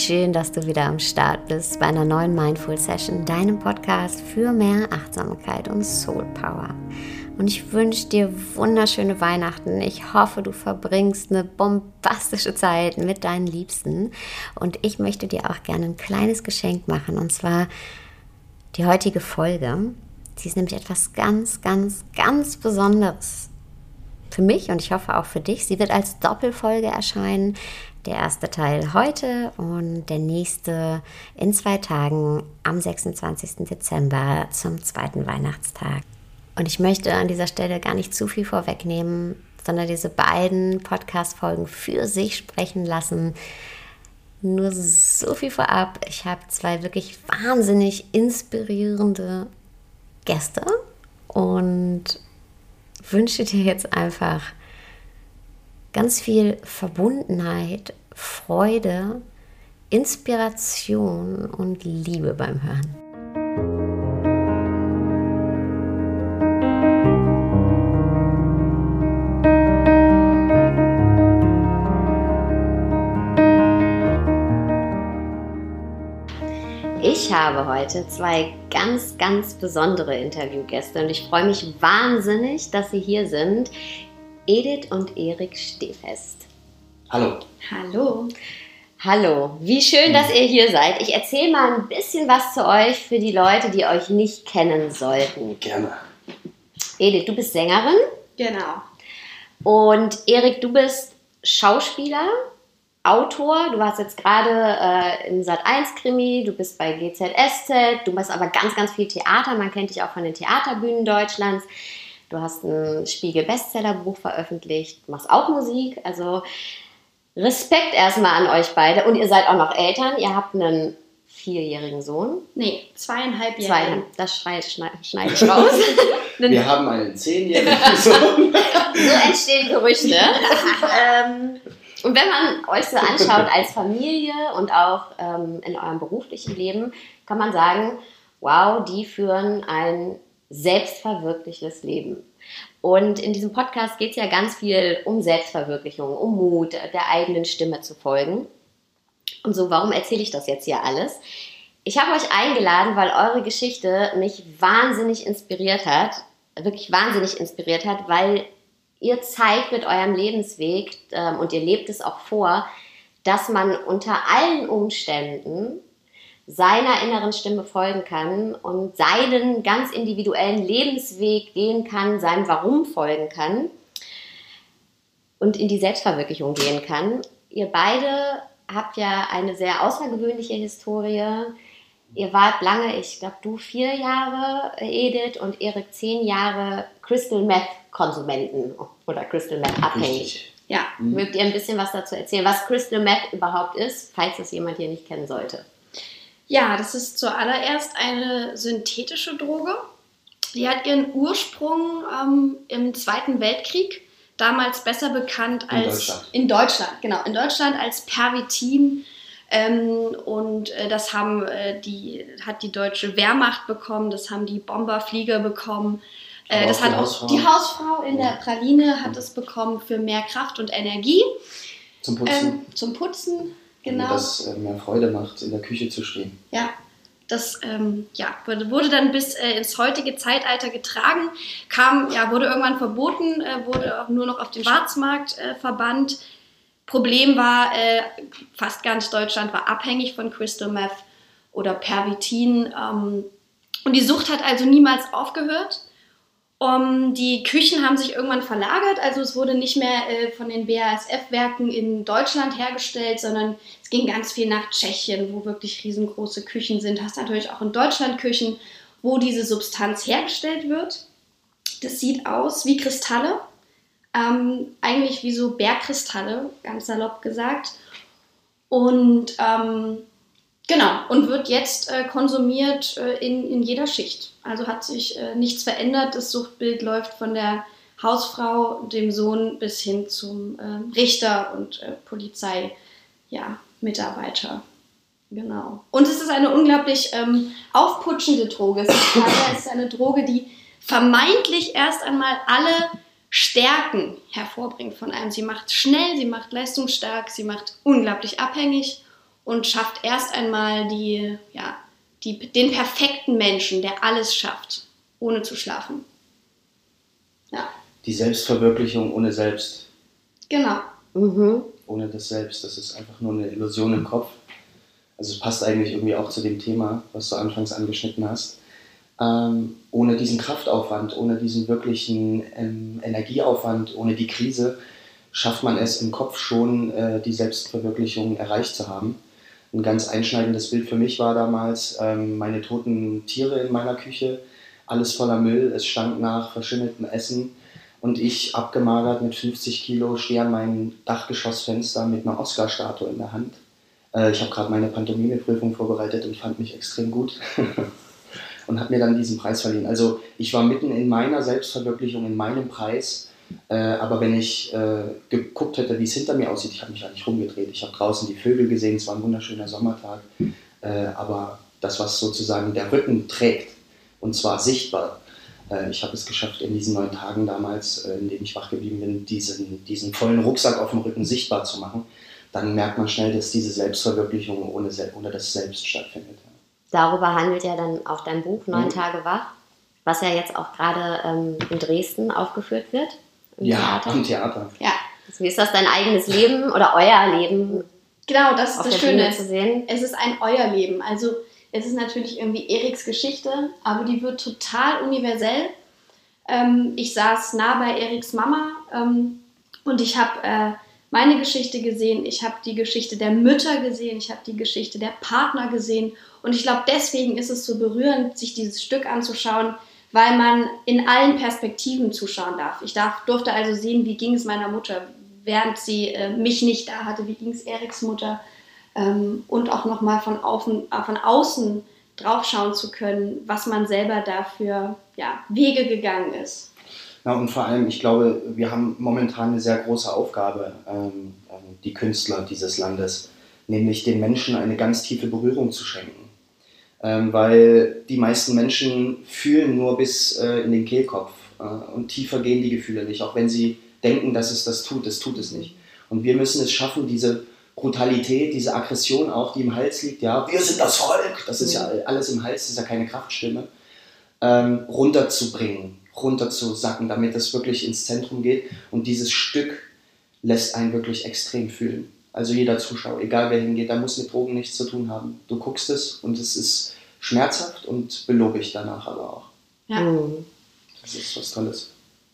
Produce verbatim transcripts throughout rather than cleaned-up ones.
schön, dass du wieder am Start bist bei einer neuen Mindful Session, deinem Podcast für mehr Achtsamkeit und Soul Power. Und ich wünsche dir wunderschöne Weihnachten. Ich hoffe, du verbringst eine bombastische Zeit mit deinen Liebsten. Und ich möchte dir auch gerne ein kleines Geschenk machen. Und zwar die heutige Folge. Sie ist nämlich etwas ganz, ganz, ganz Besonderes für mich und ich hoffe auch für dich. Sie wird als Doppelfolge erscheinen. Der erste Teil heute und der nächste in zwei Tagen am sechsundzwanzigsten Dezember zum zweiten Weihnachtstag. Und ich möchte an dieser Stelle gar nicht zu viel vorwegnehmen, sondern diese beiden Podcast-Folgen für sich sprechen lassen. Nur so viel vorab. Ich habe zwei wirklich wahnsinnig inspirierende Gäste und wünsche dir jetzt einfach ganz viel Verbundenheit, Freude, Inspiration und Liebe beim Hören. Ich habe heute zwei ganz, ganz besondere Interviewgäste und ich freue mich wahnsinnig, dass sie hier sind. Edith und Erik Stehfest. Hallo. Hallo. Hallo, wie schön, dass ihr hier seid. Ich erzähle mal ein bisschen was zu euch für die Leute, die euch nicht kennen sollten. Gerne. Edith, du bist Sängerin. Genau. Und Erik, du bist Schauspieler, Autor. Du warst jetzt gerade äh, im Sat eins Krimi, du bist bei G Z S Z, du machst aber ganz, ganz viel Theater. Man kennt dich auch von den Theaterbühnen Deutschlands. Du hast ein Spiegel-Bestsellerbuch veröffentlicht, machst auch Musik. Also Respekt erstmal an euch beide. Und ihr seid auch noch Eltern. Ihr habt einen vierjährigen Sohn. Nee, zweieinhalb Jahre. Zweieinhalb, das schneide schneid ich raus. Wir haben einen zehnjährigen Sohn. So entstehen Gerüchte. ähm, und wenn man euch so anschaut als Familie und auch ähm, in eurem beruflichen Leben, kann man sagen, wow, die führen ein selbstverwirklichtes Leben. Und in diesem Podcast geht es ja ganz viel um Selbstverwirklichung, um Mut, der eigenen Stimme zu folgen. Und so, warum erzähle ich das jetzt hier alles? Ich habe euch eingeladen, weil eure Geschichte mich wahnsinnig inspiriert hat, wirklich wahnsinnig inspiriert hat, weil ihr zeigt mit eurem Lebensweg, ähm, und ihr lebt es auch vor, dass man unter allen Umständen seiner inneren Stimme folgen kann und seinen ganz individuellen Lebensweg gehen kann, seinem Warum folgen kann und in die Selbstverwirklichung gehen kann. Ihr beide habt ja eine sehr außergewöhnliche Historie. Ihr wart lange, ich glaube du vier Jahre, Edith, und Erik zehn Jahre Crystal Meth Konsumenten oder Crystal Meth abhängig. Ja. Mhm. Mögt ihr ein bisschen was dazu erzählen, was Crystal Meth überhaupt ist, falls das jemand hier nicht kennen sollte? Ja, das ist zuallererst eine synthetische Droge. Die hat ihren Ursprung ähm, im Zweiten Weltkrieg, damals besser bekannt als... In Deutschland. In Deutschland, genau. In Deutschland als Pervitin. Ähm, und äh, das haben, äh, die, hat die deutsche Wehrmacht bekommen, das haben die Bomberflieger bekommen. Äh, das hat auch die Hausfrau in der Praline hat es bekommen für mehr Kraft und Energie. Zum Putzen. Ähm, zum Putzen. Genau. Das äh, mehr Freude macht, in der Küche zu stehen. Ja, das ähm, ja, wurde dann bis äh, ins heutige Zeitalter getragen, kam, ja, wurde irgendwann verboten, äh, wurde auch nur noch auf dem Schwarzmarkt äh, verbannt. Problem war, äh, fast ganz Deutschland war abhängig von Crystal Meth oder Pervitin. Ähm, und die Sucht hat also niemals aufgehört. Um, die Küchen haben sich irgendwann verlagert, also es wurde nicht mehr äh, von den B A S F-Werken in Deutschland hergestellt, sondern es ging ganz viel nach Tschechien, wo wirklich riesengroße Küchen sind. Du hast natürlich auch in Deutschland Küchen, wo diese Substanz hergestellt wird. Das sieht aus wie Kristalle, ähm, eigentlich wie so Bergkristalle, ganz salopp gesagt. Und ähm, genau, und wird jetzt äh, konsumiert äh, in, in jeder Schicht. Also hat sich äh, nichts verändert. Das Suchtbild läuft von der Hausfrau, dem Sohn bis hin zum äh, Richter und äh, Polizei, ja, Mitarbeiter. Genau. Und es ist eine unglaublich ähm, aufputschende Droge. Es ist, es ist eine Droge, die vermeintlich erst einmal alle Stärken hervorbringt von einem. Sie macht schnell, sie macht leistungsstark, sie macht unglaublich abhängig und schafft erst einmal die, ja, die, den perfekten Menschen, der alles schafft, ohne zu schlafen. Ja. Die Selbstverwirklichung ohne Selbst. Genau. Mhm. Ohne das Selbst, das ist einfach nur eine Illusion im Kopf. Also es passt eigentlich irgendwie auch zu dem Thema, was du anfangs angeschnitten hast. Ähm, ohne diesen Kraftaufwand, ohne diesen wirklichen ähm, Energieaufwand, ohne die Krise, schafft man es im Kopf schon, äh, die Selbstverwirklichung erreicht zu haben. Ein ganz einschneidendes Bild für mich war damals ähm, meine toten Tiere in meiner Küche, alles voller Müll, es stank nach verschimmeltem Essen und ich, abgemagert mit fünfzig Kilo, stehe an meinem Dachgeschossfenster mit einer Oscar-Statue in der Hand. Äh, ich habe gerade meine Pantomime-Prüfung vorbereitet und fand mich extrem gut und habe mir dann diesen Preis verliehen. Also ich war mitten in meiner Selbstverwirklichung, in meinem Preis, äh, aber wenn ich äh, geguckt hätte, wie es hinter mir aussieht, ich habe mich ja nicht rumgedreht. Ich habe draußen die Vögel gesehen, es war ein wunderschöner Sommertag, äh, aber das, was sozusagen der Rücken trägt, und zwar sichtbar, äh, ich habe es geschafft, in diesen neun Tagen damals, äh, in denen ich wach geblieben bin, diesen, diesen vollen Rucksack auf dem Rücken sichtbar zu machen. Dann merkt man schnell, dass diese Selbstverwirklichung ohne, ohne das Selbst stattfindet. Darüber handelt ja dann auch dein Buch Neun Mhm. Tage wach, was ja jetzt auch gerade ähm, in Dresden aufgeführt wird. Im Ja, Theater. am Theater. Ja, Wie ist das, dein eigenes Leben oder euer Leben genau, das ist auf das der Bühne Schöne. zu sehen? Es ist ein euer Leben. Also es ist natürlich irgendwie Eriks Geschichte, aber die wird total universell. Ähm, ich saß nah bei Eriks Mama ähm, und ich habe äh, meine Geschichte gesehen, ich habe die Geschichte der Mütter gesehen, ich habe die Geschichte der Partner gesehen und ich glaube, deswegen ist es so berührend, sich dieses Stück anzuschauen, weil man in allen Perspektiven zuschauen darf. Ich darf, durfte also sehen, wie ging es meiner Mutter, während sie äh, mich nicht da hatte, wie ging es Eriks Mutter ähm, und auch nochmal von, äh, von außen draufschauen zu können, was man selber da für ja, Wege gegangen ist. Ja, und vor allem, ich glaube, wir haben momentan eine sehr große Aufgabe, ähm, die Künstler dieses Landes, nämlich den Menschen eine ganz tiefe Berührung zu schenken. Ähm, weil die meisten Menschen fühlen nur bis äh, in den Kehlkopf äh, und tiefer gehen die Gefühle nicht, auch wenn sie denken, dass es das tut, es tut es nicht. Und wir müssen es schaffen, diese Brutalität, diese Aggression auch, die im Hals liegt, ja, wir sind das Volk, das ist ja alles im Hals, das ist ja keine Kraftstimme, ähm, runterzubringen, runterzusacken, damit es wirklich ins Zentrum geht. Und dieses Stück lässt einen wirklich extrem fühlen. Also jeder Zuschauer, egal wer hingeht, da muss mit Drogen nichts zu tun haben. Du guckst es und es ist schmerzhaft und belobig danach aber auch. Ja. Mhm. Das ist was Tolles.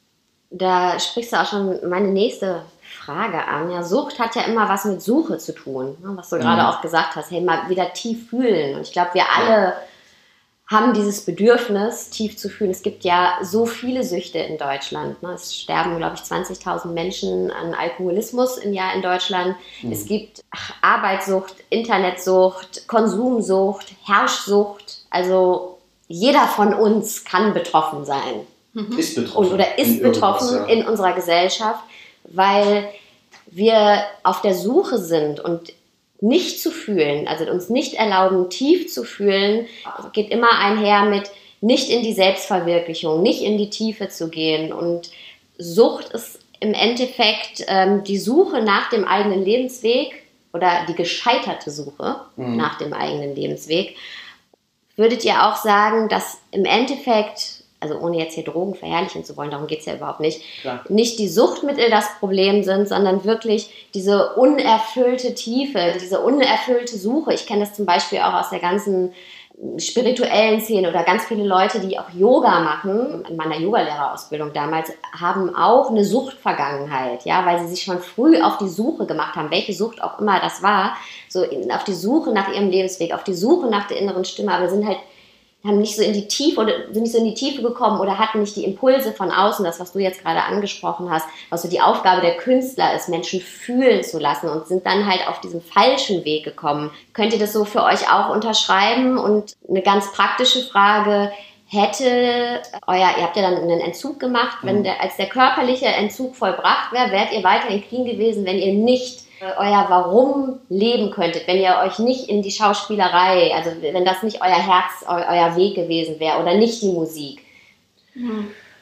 Da sprichst du auch schon meine nächste Frage an. Ja, Sucht hat ja immer was mit Suche zu tun, ne? Was du Mhm. gerade auch gesagt hast. Hey, mal wieder tief fühlen. Und ich glaube, wir alle haben dieses Bedürfnis, tief zu fühlen. Es gibt ja so viele Süchte in Deutschland. Ne? Es sterben, glaube ich, zwanzigtausend Menschen an Alkoholismus im Jahr in Deutschland. Mhm. Es gibt ach, Arbeitssucht, Internetsucht, Konsumsucht, Herrschsucht. Also jeder von uns kann betroffen sein. Ist betroffen. Und, oder ist in irgendwas, betroffen ja. in unserer Gesellschaft, weil wir auf der Suche sind und nicht zu fühlen, also uns nicht erlauben, tief zu fühlen, geht immer einher mit nicht in die Selbstverwirklichung, nicht in die Tiefe zu gehen. Und Sucht ist im Endeffekt ähm, die Suche nach dem eigenen Lebensweg oder die gescheiterte Suche Mhm. nach dem eigenen Lebensweg. Würdet ihr auch sagen, dass im Endeffekt, also ohne jetzt hier Drogen verherrlichen zu wollen, darum geht es ja überhaupt nicht, Klar. nicht die Suchtmittel das Problem sind, sondern wirklich diese unerfüllte Tiefe, diese unerfüllte Suche. Ich kenne das zum Beispiel auch aus der ganzen spirituellen Szene oder ganz viele Leute, die auch Yoga machen, in meiner Yogalehrerausbildung damals, haben auch eine Suchtvergangenheit, ja, weil sie sich schon früh auf die Suche gemacht haben, welche Sucht auch immer das war, so in, auf die Suche nach ihrem Lebensweg, auf die Suche nach der inneren Stimme, aber sind halt haben nicht so in die Tiefe oder sind nicht so in die Tiefe gekommen oder hatten nicht die Impulse von außen, das, was du jetzt gerade angesprochen hast, was so die Aufgabe der Künstler ist, Menschen fühlen zu lassen und sind dann halt auf diesen falschen Weg gekommen. Könnt ihr das so für euch auch unterschreiben? Und eine ganz praktische Frage, hätte euer, ihr habt ja dann einen Entzug gemacht, wenn der, als der körperliche Entzug vollbracht wäre, wärt ihr weiterhin clean gewesen, wenn ihr nicht euer Warum leben könntet, wenn ihr euch nicht in die Schauspielerei, also wenn das nicht euer Herz, eu, euer Weg gewesen wäre oder nicht die Musik. Mhm.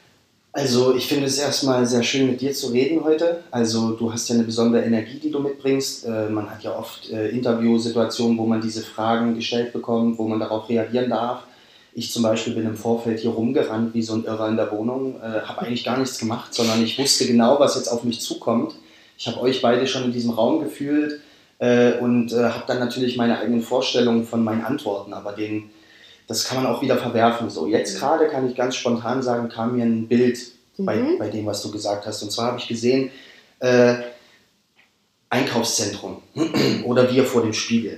Also ich finde es erstmal sehr schön, mit dir zu reden heute. Also du hast ja eine besondere Energie, die du mitbringst. Äh, man hat ja oft äh, Interviewsituationen, wo man diese Fragen gestellt bekommt, wo man darauf reagieren darf. Ich zum Beispiel bin im Vorfeld hier rumgerannt wie so ein Irrer in der Wohnung, äh, habe eigentlich gar nichts gemacht, sondern ich wusste genau, was jetzt auf mich zukommt. Ich habe euch beide schon in diesem Raum gefühlt äh, und äh, habe dann natürlich meine eigenen Vorstellungen von meinen Antworten, aber den das kann man auch wieder verwerfen. So, jetzt gerade kann ich ganz spontan sagen, kam mir ein Bild mhm. bei, bei dem, was du gesagt hast. Und zwar habe ich gesehen, äh, Einkaufszentrum oder wir vor dem Spiegel.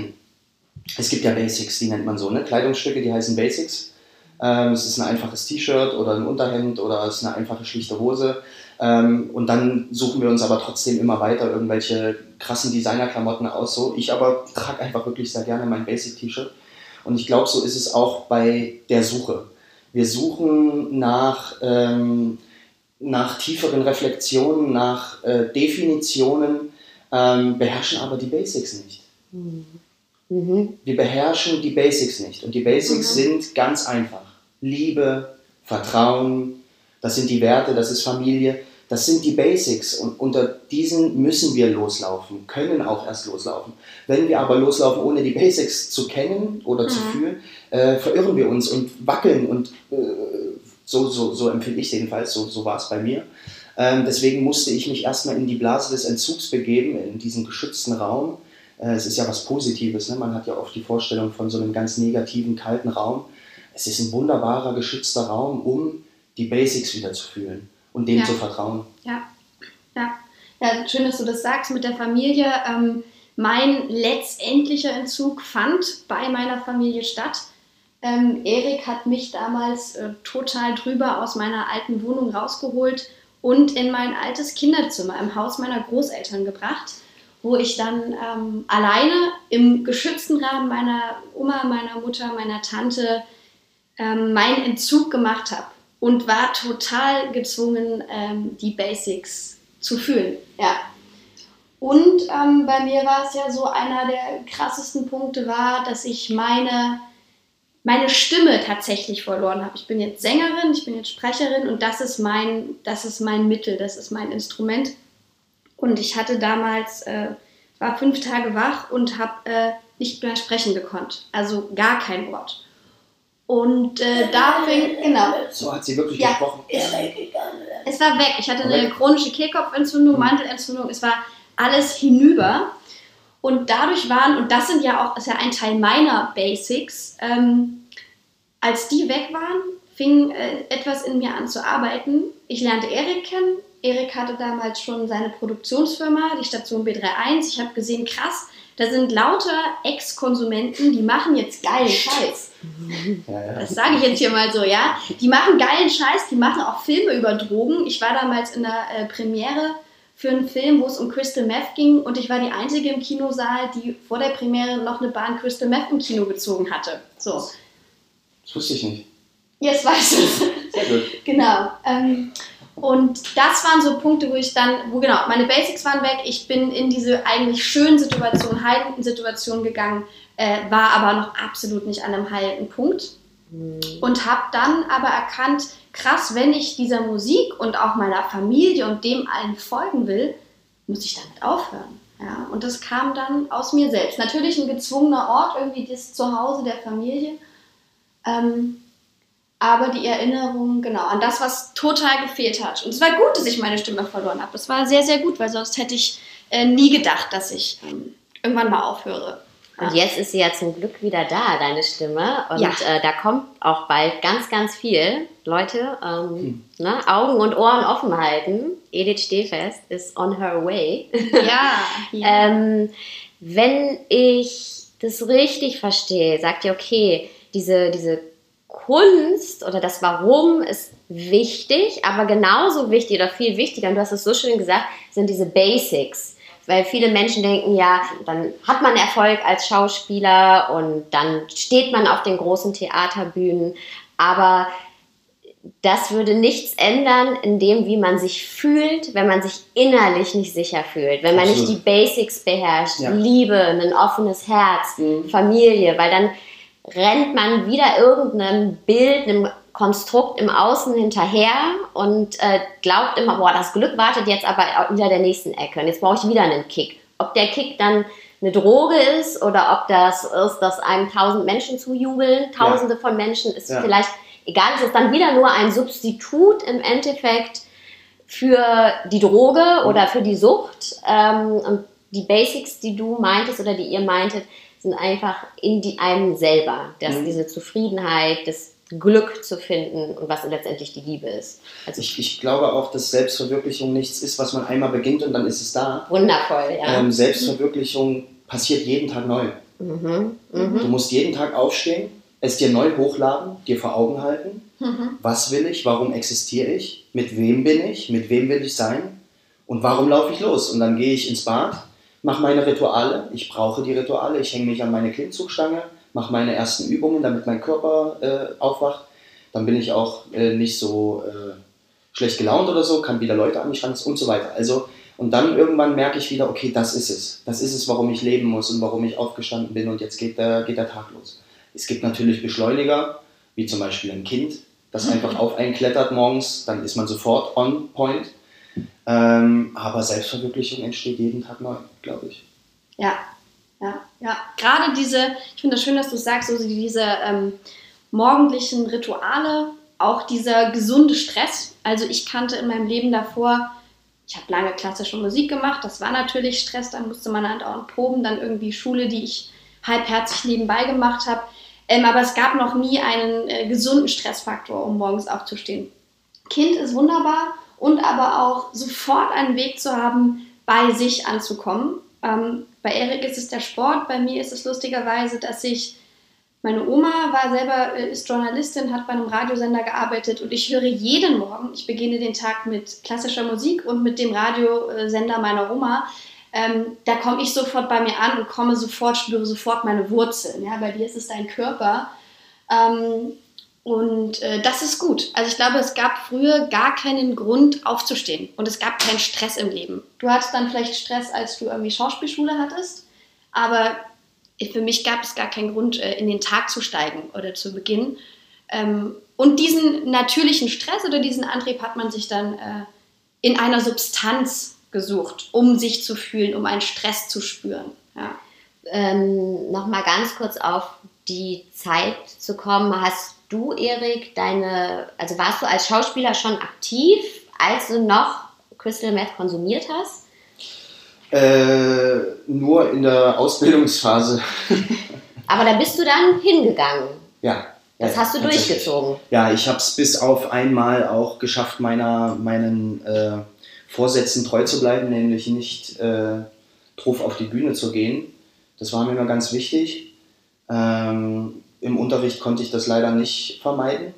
Es gibt ja Basics, die nennt man so, ne? Kleidungsstücke, die heißen Basics. Ähm, es ist ein einfaches T-Shirt oder ein Unterhemd oder es ist eine einfache, schlichte Hose. Ähm, und dann suchen wir uns aber trotzdem immer weiter irgendwelche krassen Designerklamotten aus. So. Ich aber trage einfach wirklich sehr gerne mein Basic-T-Shirt. Und ich glaube, so ist es auch bei der Suche. Wir suchen nach, ähm, nach tieferen Reflexionen, nach äh, Definitionen, ähm, beherrschen aber die Basics nicht. Mhm. Wir beherrschen die Basics nicht. Und die Basics mhm. sind ganz einfach. Liebe, Vertrauen, das sind die Werte, das ist Familie. Das sind die Basics und unter diesen müssen wir loslaufen, können auch erst loslaufen. Wenn wir aber loslaufen, ohne die Basics zu kennen oder mhm. zu fühlen, äh, verirren wir uns und wackeln und äh, so, so, so empfinde ich es jedenfalls, so, so war es bei mir. Ähm, deswegen musste ich mich erstmal in die Blase des Entzugs begeben, in diesen geschützten Raum. Äh, es ist ja was Positives, ne? Man hat ja oft die Vorstellung von so einem ganz negativen, kalten Raum. Es ist ein wunderbarer, geschützter Raum, um die Basics wieder zu fühlen. Und dem ja. zu vertrauen. Ja. ja, ja, schön, dass du das sagst mit der Familie. Ähm, mein letztendlicher Entzug fand bei meiner Familie statt. Ähm, Erik hat mich damals äh, total drüber aus meiner alten Wohnung rausgeholt und in mein altes Kinderzimmer im Haus meiner Großeltern gebracht, wo ich dann ähm, alleine im geschützten Rahmen meiner Oma, meiner Mutter, meiner Tante ähm, meinen Entzug gemacht habe. Und war total gezwungen, ähm, die Basics zu fühlen. Ja. Und ähm, bei mir war es ja so, einer der krassesten Punkte war, dass ich meine, meine Stimme tatsächlich verloren habe. Ich bin jetzt Sängerin, ich bin jetzt Sprecherin und das ist mein, das ist mein Mittel, das ist mein Instrument. Und ich hatte damals, äh, war fünf Tage wach und habe äh, nicht mehr sprechen gekonnt. Also gar kein Wort. Und äh, da fing, genau. So hat sie wirklich ja. gesprochen. Es war weg. Ich hatte eine chronische Kehlkopfentzündung, Mandelentzündung. Es war alles hinüber. Und dadurch waren, und das sind ja auch, ist ja ein Teil meiner Basics, ähm, als die weg waren, fing äh, etwas in mir an zu arbeiten. Ich lernte Erik kennen. Erik hatte damals schon seine Produktionsfirma, die Station B einunddreißig. Ich habe gesehen, krass, da sind lauter Ex-Konsumenten, die machen jetzt geilen Scheiß. Ja, ja. Das sage ich jetzt hier mal so, ja. Die machen geilen Scheiß, die machen auch Filme über Drogen. Ich war damals in der äh, Premiere für einen Film, wo es um Crystal Meth ging und ich war die Einzige im Kinosaal, die vor der Premiere noch eine Bahn Crystal Meth im Kino gezogen hatte. So. Das wusste ich nicht. Jetzt weißt du es. Sehr gut. Genau. Ähm, Und das waren so Punkte, wo ich dann, wo genau, meine Basics waren weg, ich bin in diese eigentlich schönen Situation, heilenden Situation gegangen, äh, war aber noch absolut nicht an einem heilenden Punkt mhm. und habe dann aber erkannt, krass, wenn ich dieser Musik und auch meiner Familie und dem allen folgen will, muss ich damit aufhören. Ja? Und das kam dann aus mir selbst. Natürlich ein gezwungener Ort, irgendwie das Zuhause der Familie, ähm, aber die Erinnerung, genau, an das, was total gefehlt hat. Und es war gut, dass ich meine Stimme verloren habe. Das war sehr, sehr gut, weil sonst hätte ich äh, nie gedacht, dass ich ähm, irgendwann mal aufhöre. Und jetzt ist sie ja zum Glück wieder da, deine Stimme. Und ja. äh, da kommt auch bald ganz, ganz viel. Leute, ähm, hm. ne, Augen und Ohren offen halten. Edith Stehfest ist on her way. Ja. ja. ähm, wenn ich das richtig verstehe, sagt ihr, okay, diese, diese Kunst oder das Warum ist wichtig, aber genauso wichtig oder viel wichtiger, und du hast es so schön gesagt, sind diese Basics. Weil viele Menschen denken, ja, dann hat man Erfolg als Schauspieler und dann steht man auf den großen Theaterbühnen, aber das würde nichts ändern in dem, wie man sich fühlt, wenn man sich innerlich nicht sicher fühlt, wenn man Absolut. nicht die Basics beherrscht, ja. Liebe, ein offenes Herz, mhm. Familie, weil dann rennt man wieder irgendeinem Bild, einem Konstrukt im Außen hinterher und äh, glaubt immer, boah, das Glück wartet jetzt aber wieder der nächsten Ecke und jetzt brauche ich wieder einen Kick. Ob der Kick dann eine Droge ist oder ob das ist, dass einem tausend Menschen zujubeln, tausende ja. von Menschen, ist ja. vielleicht egal, es ist dann wieder nur ein Substitut im Endeffekt für die Droge mhm. oder für die Sucht. Ähm, und die Basics, die du meintest oder die ihr meintet, sind einfach in die, einem selber, dass mhm. diese Zufriedenheit, das Glück zu finden und was letztendlich die Liebe ist. Also ich, ich glaube auch, dass Selbstverwirklichung nichts ist, was man einmal beginnt und dann ist es da. Wundervoll, ja. Ähm, Selbstverwirklichung passiert jeden Tag neu. Mhm. Mhm. Du musst jeden Tag aufstehen, es dir neu hochladen, dir vor Augen halten. Mhm. Was will ich? Warum existiere ich? Mit wem bin ich? Mit wem will ich sein? Und warum laufe ich los? Und dann gehe ich ins Bad, mache meine Rituale. Ich brauche die Rituale. Ich hänge mich an meine Klimmzugstange, mache meine ersten Übungen, damit mein Körper äh, aufwacht. Dann bin ich auch äh, nicht so äh, schlecht gelaunt oder so, kann wieder Leute an mich ran und so weiter. Also, und dann irgendwann merke ich wieder, okay, das ist es. Das ist es, warum ich leben muss und warum ich aufgestanden bin und jetzt geht der, geht der Tag los. Es gibt natürlich Beschleuniger, wie zum Beispiel ein Kind, das einfach auf einen klettert morgens, dann ist man sofort on point. Ähm, aber Selbstverwirklichung entsteht jeden Tag neu, glaube ich. Ja, ja, ja. Gerade diese, ich finde das schön, dass du sagst, so diese ähm, morgendlichen Rituale, auch dieser gesunde Stress. Also ich kannte in meinem Leben davor, ich habe lange klassische Musik gemacht, das war natürlich Stress, da musste man andauernd proben, dann irgendwie Schule, die ich halbherzig nebenbei gemacht habe. Ähm, aber es gab noch nie einen äh, gesunden Stressfaktor, um morgens aufzustehen. Kind ist wunderbar und aber auch sofort einen Weg zu haben, bei sich anzukommen. Ähm, bei Erik ist es der Sport, bei mir ist es lustigerweise, dass ich, meine Oma war selber, äh, ist Journalistin, hat bei einem Radiosender gearbeitet und ich höre jeden Morgen, ich beginne den Tag mit klassischer Musik und mit dem Radiosender meiner Oma. Ähm, da komme ich sofort bei mir an und komme sofort, spüre sofort meine Wurzeln. Ja? Bei dir ist es dein Körper. Ähm, und äh, das ist gut. Also ich glaube, es gab früher gar keinen Grund aufzustehen und es gab keinen Stress im Leben. Du hattest dann vielleicht Stress, als du irgendwie Schauspielschule hattest, aber für mich gab es gar keinen Grund, äh, in den Tag zu steigen oder zu beginnen. Ähm, und diesen natürlichen Stress oder diesen Antrieb hat man sich dann äh, in einer Substanz gesucht, um sich zu fühlen, um einen Stress zu spüren. Ja. Ähm, Nochmal ganz kurz auf die Zeit zu kommen. Hast du, Erik, deine, also warst du als Schauspieler schon aktiv, als du noch Crystal Meth konsumiert hast? Äh, nur in der Ausbildungsphase. Aber da bist du dann hingegangen. Ja. Das ja, hast du durchgezogen. Ja, ich habe es bis auf einmal auch geschafft, meiner, meinen äh, Vorsätzen treu zu bleiben, nämlich nicht äh, drauf auf die Bühne zu gehen. Das war mir immer ganz wichtig. Ähm, Im Unterricht konnte ich das leider nicht vermeiden.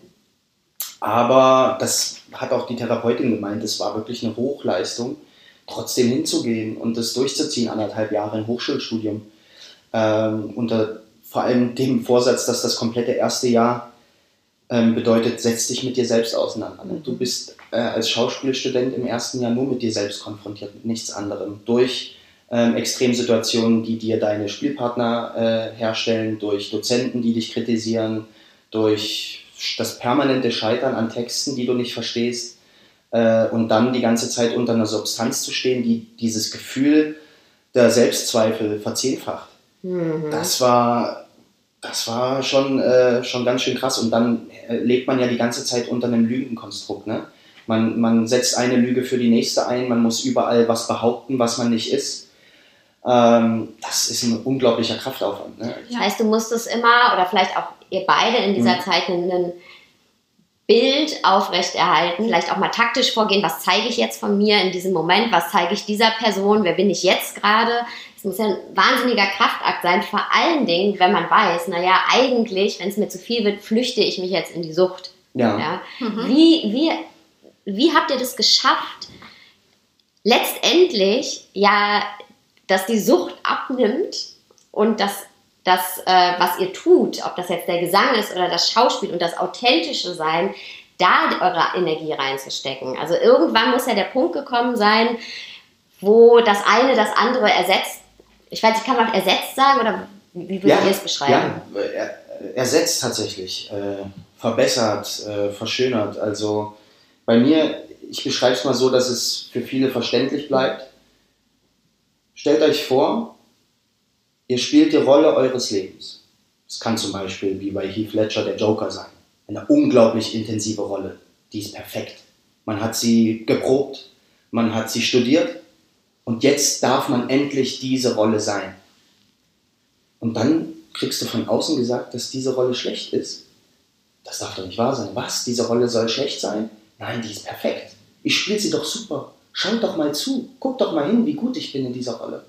Aber das hat auch die Therapeutin gemeint, es war wirklich eine Hochleistung, trotzdem hinzugehen und das durchzuziehen, anderthalb Jahre im Hochschulstudium. Ähm, unter vor allem dem Vorsatz, dass das komplette erste Jahr ähm, bedeutet, setz dich mit dir selbst auseinander. Ne? Du bist äh, als Schauspielstudent im ersten Jahr nur mit dir selbst konfrontiert, mit nichts anderem. Durch ähm, Extremsituationen, die dir deine Spielpartner äh, herstellen, durch Dozenten, die dich kritisieren, durch das permanente Scheitern an Texten, die du nicht verstehst. Äh, und dann die ganze Zeit unter einer Substanz zu stehen, die dieses Gefühl der Selbstzweifel verzehnfacht. Mhm. Das war, das war schon, äh, schon ganz schön krass. Und dann äh, lebt man ja die ganze Zeit unter einem Lügenkonstrukt. Ne? Man, man setzt eine Lüge für die nächste ein, man muss überall was behaupten, was man nicht ist. Ähm, das ist ein unglaublicher Kraftaufwand. Ne? Das heißt, du musstest immer, oder vielleicht auch ihr beide in dieser mhm. Zeit, ein Bild aufrechterhalten, vielleicht auch mal taktisch vorgehen, was zeige ich jetzt von mir in diesem Moment, was zeige ich dieser Person, wer bin ich jetzt gerade. Es muss ja ein wahnsinniger Kraftakt sein, vor allen Dingen, wenn man weiß, naja, eigentlich, wenn es mir zu viel wird, flüchte ich mich jetzt in die Sucht. Ja. Ja? Mhm. Wie, wie, wie habt ihr das geschafft, letztendlich ja, dass die Sucht abnimmt und dass das, äh, was ihr tut, ob das jetzt der Gesang ist oder das Schauspiel und das authentische Sein, da eure Energie reinzustecken. Also irgendwann muss ja der Punkt gekommen sein, wo das eine das andere ersetzt. Ich weiß nicht, kann man ersetzt sagen oder wie würdet ja, ihr es beschreiben? Ja, er, ersetzt tatsächlich. Äh, verbessert, äh, verschönert. Also bei mir, ich beschreibe es mal so, dass es für viele verständlich bleibt. Stellt euch vor, ihr spielt die Rolle eures Lebens. Es kann zum Beispiel wie bei Heath Ledger der Joker sein. Eine unglaublich intensive Rolle. Die ist perfekt. Man hat sie geprobt, man hat sie studiert und jetzt darf man endlich diese Rolle sein. Und dann kriegst du von außen gesagt, dass diese Rolle schlecht ist. Das darf doch nicht wahr sein. Was? Diese Rolle soll schlecht sein? Nein, die ist perfekt. Ich spiele sie doch super. Schaut doch mal zu. Guck doch mal hin, wie gut ich bin in dieser Rolle.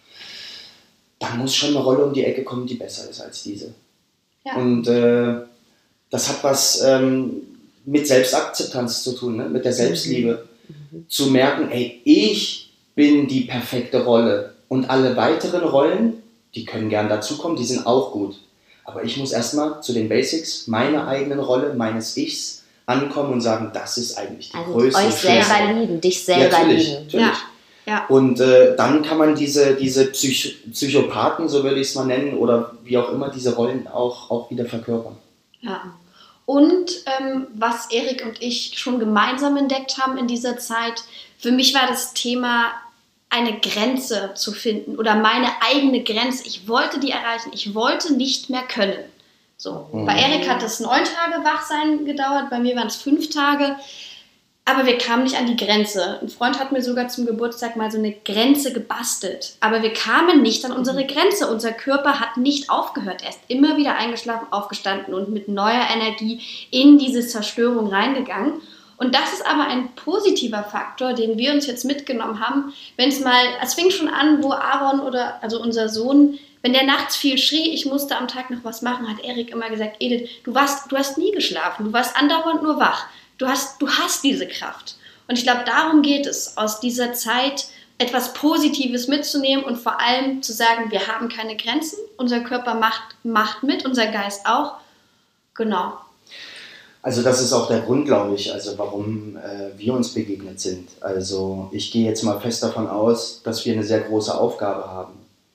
Dann muss schon eine Rolle um die Ecke kommen, die besser ist als diese. Ja. Und äh, das hat was ähm, mit Selbstakzeptanz zu tun, ne? Mit der Selbstliebe. Mhm. Zu merken, ey, ich bin die perfekte Rolle. Und alle weiteren Rollen, die können gern dazukommen, die sind auch gut. Aber ich muss erstmal zu den Basics, meiner eigenen Rolle, meines Ichs, ankommen und sagen, das ist eigentlich die also größte euch selber Rolle. lieben, dich selber ja, natürlich, lieben. Natürlich. Ja. Ja. Und äh, dann kann man diese, diese Psych- Psychopathen, so würde ich es mal nennen, oder wie auch immer, diese Rollen auch, auch wieder verkörpern. Ja. Und ähm, was Erik und ich schon gemeinsam entdeckt haben in dieser Zeit, für mich war das Thema, eine Grenze zu finden oder meine eigene Grenze. Ich wollte die erreichen, ich wollte nicht mehr können. So. Mhm. Bei Erik hat es neun Tage Wachsein gedauert, bei mir waren es fünf Tage. Aber wir kamen nicht an die Grenze. Ein Freund hat mir sogar zum Geburtstag mal so eine Grenze gebastelt. Aber wir kamen nicht an unsere Grenze. Unser Körper hat nicht aufgehört. Er ist immer wieder eingeschlafen, aufgestanden und mit neuer Energie in diese Zerstörung reingegangen. Und das ist aber ein positiver Faktor, den wir uns jetzt mitgenommen haben. Wenn es mal, es fing schon an, wo Aaron oder also unser Sohn, wenn der nachts viel schrie, ich musste am Tag noch was machen, hat Erik immer gesagt, Edith, du warst, du hast nie geschlafen, du warst andauernd nur wach. Du hast, du hast diese Kraft. Und ich glaube, darum geht es, aus dieser Zeit etwas Positives mitzunehmen und vor allem zu sagen, wir haben keine Grenzen, unser Körper macht, macht mit, unser Geist auch. Genau. Also das ist auch der Grund, glaube ich, also warum äh, wir uns begegnet sind. Also ich gehe jetzt mal fest davon aus, dass wir eine sehr große Aufgabe haben,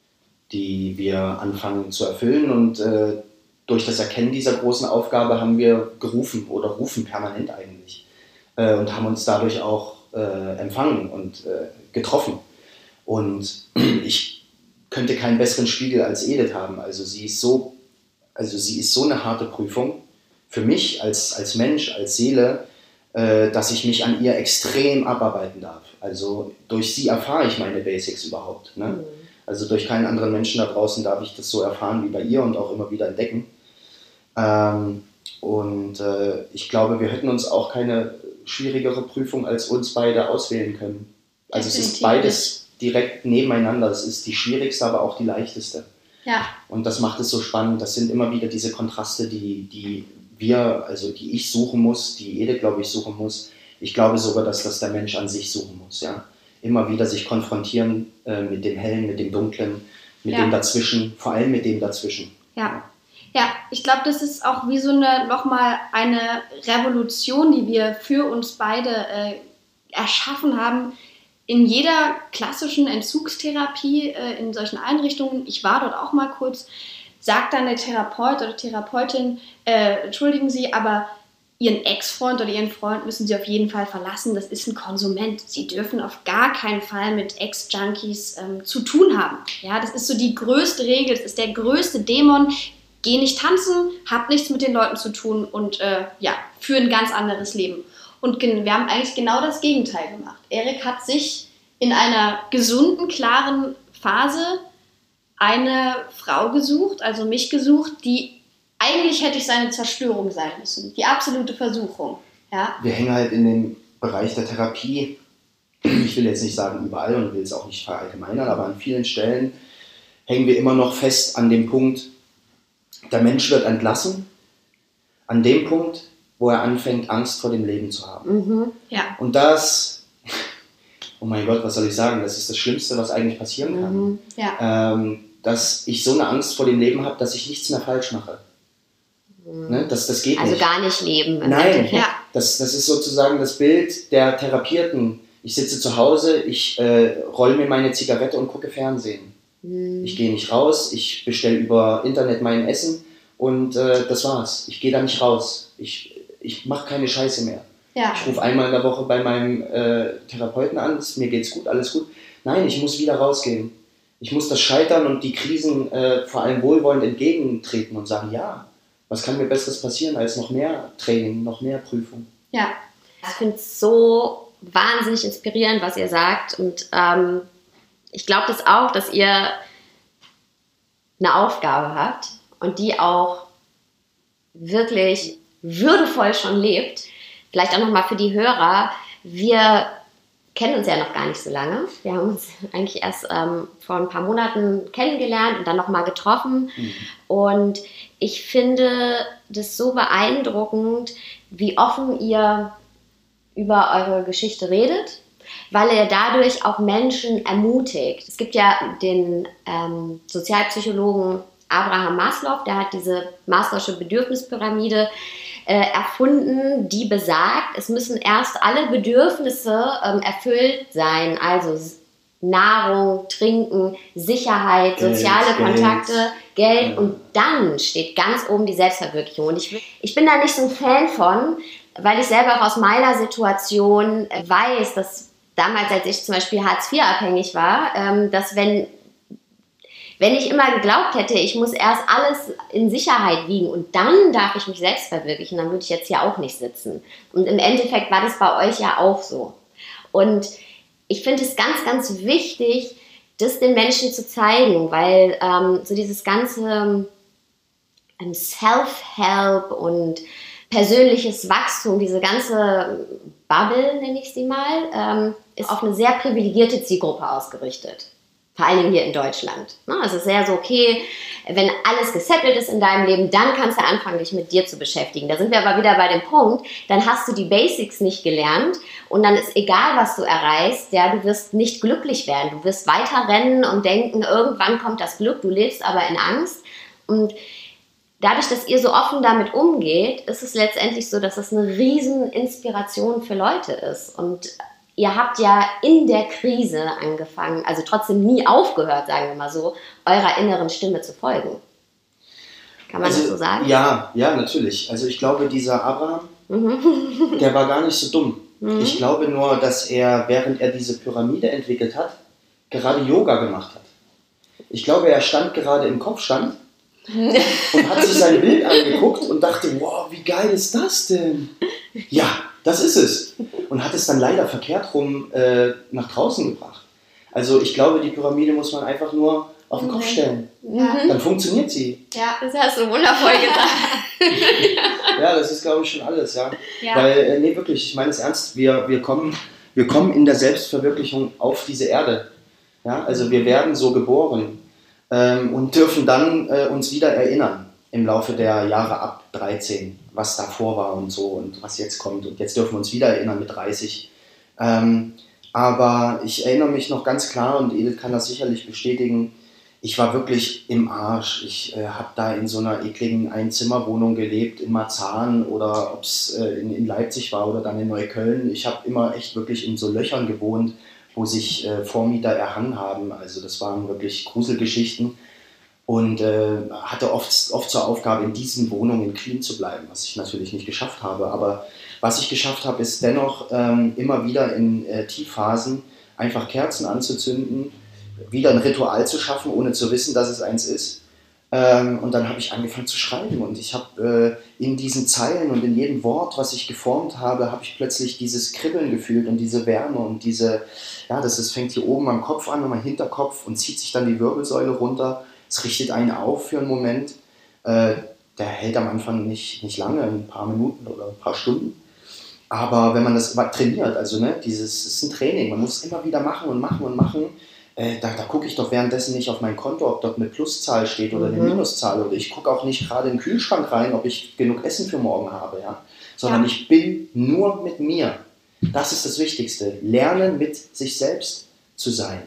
die wir anfangen zu erfüllen und äh, durch das Erkennen dieser großen Aufgabe haben wir gerufen oder rufen permanent eigentlich äh, und haben uns dadurch auch äh, empfangen und äh, getroffen. Und ich könnte keinen besseren Spiegel als Edith haben. Also sie ist so, also sie ist so eine harte Prüfung für mich als, als Mensch, als Seele, äh, dass ich mich an ihr extrem abarbeiten darf. Also durch sie erfahre ich meine Basics überhaupt. Ne? Mhm. Also durch keinen anderen Menschen da draußen darf ich das so erfahren wie bei ihr und auch immer wieder entdecken. Ähm, und äh, ich glaube, wir hätten uns auch keine schwierigere Prüfung als uns beide auswählen können. Also Definitiv. Es ist beides direkt nebeneinander. Es ist die schwierigste, aber auch die leichteste. Ja. Und das macht es so spannend. Das sind immer wieder diese Kontraste, die, die wir, also die ich suchen muss, die jede, glaube ich, suchen muss. Ich glaube sogar, dass das der Mensch an sich suchen muss. Ja? Immer wieder sich konfrontieren äh, mit dem Hellen, mit dem Dunklen, mit ja. dem Dazwischen, vor allem mit dem Dazwischen. Ja. Ja, ich glaube, das ist auch wie so eine, nochmal eine Revolution, die wir für uns beide äh, erschaffen haben. In jeder klassischen Entzugstherapie, äh, in solchen Einrichtungen, ich war dort auch mal kurz, sagt dann der Therapeut oder Therapeutin, äh, entschuldigen Sie, aber Ihren Ex-Freund oder Ihren Freund müssen Sie auf jeden Fall verlassen, das ist ein Konsument. Sie dürfen auf gar keinen Fall mit Ex-Junkies ähm, zu tun haben. Ja, das ist so die größte Regel, das ist der größte Dämon. Geh nicht tanzen, hab nichts mit den Leuten zu tun und äh, ja, führ ein ganz anderes Leben. Und gen- wir haben eigentlich genau das Gegenteil gemacht. Erik hat sich in einer gesunden, klaren Phase eine Frau gesucht, also mich gesucht, die eigentlich hätte ich seine Zerstörung sein müssen. Die absolute Versuchung. Ja? Wir hängen halt in dem Bereich der Therapie, ich will jetzt nicht sagen überall und will es auch nicht verallgemeinern, aber an vielen Stellen hängen wir immer noch fest an dem Punkt, der Mensch wird entlassen, an dem Punkt, wo er anfängt, Angst vor dem Leben zu haben. Mhm. Ja. Und das, oh mein Gott, was soll ich sagen, das ist das Schlimmste, was eigentlich passieren kann. Mhm. Ja. Ähm, dass ich so eine Angst vor dem Leben habe, dass ich nichts mehr falsch mache. Mhm. Ne? Das, das geht also nicht. gar nicht leben. Nein, ja. das, das ist sozusagen das Bild der Therapierten. Ich sitze zu Hause, ich äh, rolle mir meine Zigarette und gucke Fernsehen. Ich gehe nicht raus, ich bestelle über Internet mein Essen und äh, das war's. Ich gehe da nicht raus. Ich, ich mache keine Scheiße mehr. Ja. Ich rufe einmal in der Woche bei meinem äh, Therapeuten an, mir geht's gut, alles gut. Nein, ich muss wieder rausgehen. Ich muss das Scheitern und die Krisen äh, vor allem wohlwollend entgegentreten und sagen, ja, was kann mir Besseres passieren als noch mehr Training, noch mehr Prüfung. Ja, ich finde es so wahnsinnig inspirierend, was ihr sagt. Und ähm, ich glaube das auch, dass ihr eine Aufgabe habt und die auch wirklich würdevoll schon lebt. Vielleicht auch nochmal für die Hörer, wir kennen uns ja noch gar nicht so lange. Wir haben uns eigentlich erst ähm, vor ein paar Monaten kennengelernt und dann nochmal getroffen. Mhm. Und ich finde das so beeindruckend, wie offen ihr über eure Geschichte redet, weil ihr dadurch auch Menschen ermutigt. Es gibt ja den ähm, Sozialpsychologen Abraham Maslow, der hat diese Maslow'sche Bedürfnispyramide äh, erfunden, die besagt, es müssen erst alle Bedürfnisse ähm, erfüllt sein, also Nahrung, Trinken, Sicherheit, Geld, soziale Geld. Kontakte, Geld Ja. und dann steht ganz oben die Selbstverwirklichung. Und ich, ich bin da nicht so ein Fan von, weil ich selber auch aus meiner Situation weiß, dass damals, als ich zum Beispiel Hartz vier abhängig war, ähm, dass wenn Wenn ich immer geglaubt hätte, ich muss erst alles in Sicherheit wiegen und dann darf ich mich selbst verwirklichen, dann würde ich jetzt hier auch nicht sitzen. Und im Endeffekt war das bei euch ja auch so. Und ich finde es ganz, ganz wichtig, das den Menschen zu zeigen, weil ähm, so dieses ganze ähm, Self-Help und persönliches Wachstum, diese ganze Bubble, nenne ich sie mal, ähm, ist auf eine sehr privilegierte Zielgruppe ausgerichtet. Vor allen Dingen hier in Deutschland. Also es ist sehr so, okay, wenn alles gesettelt ist in deinem Leben, dann kannst du anfangen, dich mit dir zu beschäftigen. Da sind wir aber wieder bei dem Punkt, dann hast du die Basics nicht gelernt und dann ist egal, was du erreichst, ja, du wirst nicht glücklich werden. Du wirst weiter rennen und denken, irgendwann kommt das Glück, du lebst aber in Angst. Und dadurch, dass ihr so offen damit umgeht, ist es letztendlich so, dass es eine riesen Inspiration für Leute ist. Und ihr habt ja in der Krise angefangen, also trotzdem nie aufgehört, sagen wir mal so, eurer inneren Stimme zu folgen. Kann man also, das so sagen? Ja, ja, natürlich. Also ich glaube, dieser Abraham, mhm. der war gar nicht so dumm. Mhm. Ich glaube nur, dass er, während er diese Pyramide entwickelt hat, gerade Yoga gemacht hat. Ich glaube, er stand gerade im Kopfstand und hat sich sein Bild angeguckt und dachte, wow, wie geil ist das denn? Ja, das ist es. Und hat es dann leider verkehrt rum äh, nach draußen gebracht. Also ich glaube, die Pyramide muss man einfach nur auf den Kopf stellen. Ja. Dann funktioniert sie. Ja, das hast du wundervoll gesagt. Ja, das ist, glaube ich, schon alles. Ja. Ja. Weil, äh, nee, wirklich, ich meine es ernst, wir, wir, kommen, wir kommen in der Selbstverwirklichung auf diese Erde. Ja? Also wir werden so geboren ähm, und dürfen dann äh, uns wieder erinnern im Laufe der Jahre ab dreizehn, was davor war und so und was jetzt kommt. Und jetzt dürfen wir uns wieder erinnern mit dreißig. Ähm, aber ich erinnere mich noch ganz klar, und Edith kann das sicherlich bestätigen, ich war wirklich im Arsch. Ich äh, habe da in so einer ekligen Einzimmerwohnung gelebt, in Marzahn oder ob es äh, in, in Leipzig war oder dann in Neukölln. Ich habe immer echt wirklich in so Löchern gewohnt, wo sich äh, Vormieter erhangen haben. Also das waren wirklich Gruselgeschichten. Und äh, hatte oft, oft zur Aufgabe, in diesen Wohnungen clean zu bleiben, was ich natürlich nicht geschafft habe. Aber was ich geschafft habe, ist dennoch ähm, immer wieder in äh, Tiefphasen einfach Kerzen anzuzünden, wieder ein Ritual zu schaffen, ohne zu wissen, dass es eins ist. Ähm, und dann habe ich angefangen zu schreiben. Und ich habe äh, in diesen Zeilen und in jedem Wort, was ich geformt habe, habe ich plötzlich dieses Kribbeln gefühlt und diese Wärme und diese, ja, das ist, fängt hier oben am Kopf an, am Hinterkopf und zieht sich dann die Wirbelsäule runter. Es richtet einen auf für einen Moment. Äh, der hält am Anfang nicht, nicht lange, ein paar Minuten oder ein paar Stunden. Aber wenn man das trainiert, also ne, dieses ist ein Training, man muss es immer wieder machen und machen und machen. Äh, da da gucke ich doch währenddessen nicht auf mein Konto, ob dort eine Pluszahl steht oder eine Mhm. Minuszahl. Oder ich gucke auch nicht gerade in den Kühlschrank rein, ob ich genug Essen für morgen habe. Ja? Sondern Ja. ich bin nur mit mir. Das ist das Wichtigste. Lernen, mit sich selbst zu sein.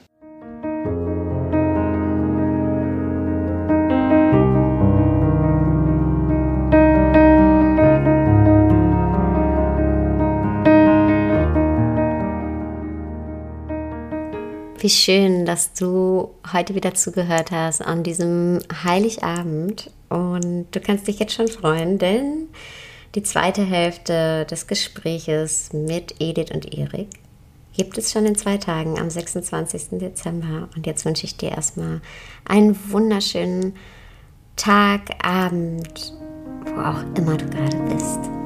Wie schön, dass du heute wieder zugehört hast an diesem Heiligabend. Und du kannst dich jetzt schon freuen, denn Die zweite Hälfte des Gespräches mit Edith und Erik gibt es schon in zwei Tagen am sechsundzwanzigsten Dezember. Und jetzt wünsche ich dir erstmal einen wunderschönen Tag, Abend, wo auch immer du gerade bist.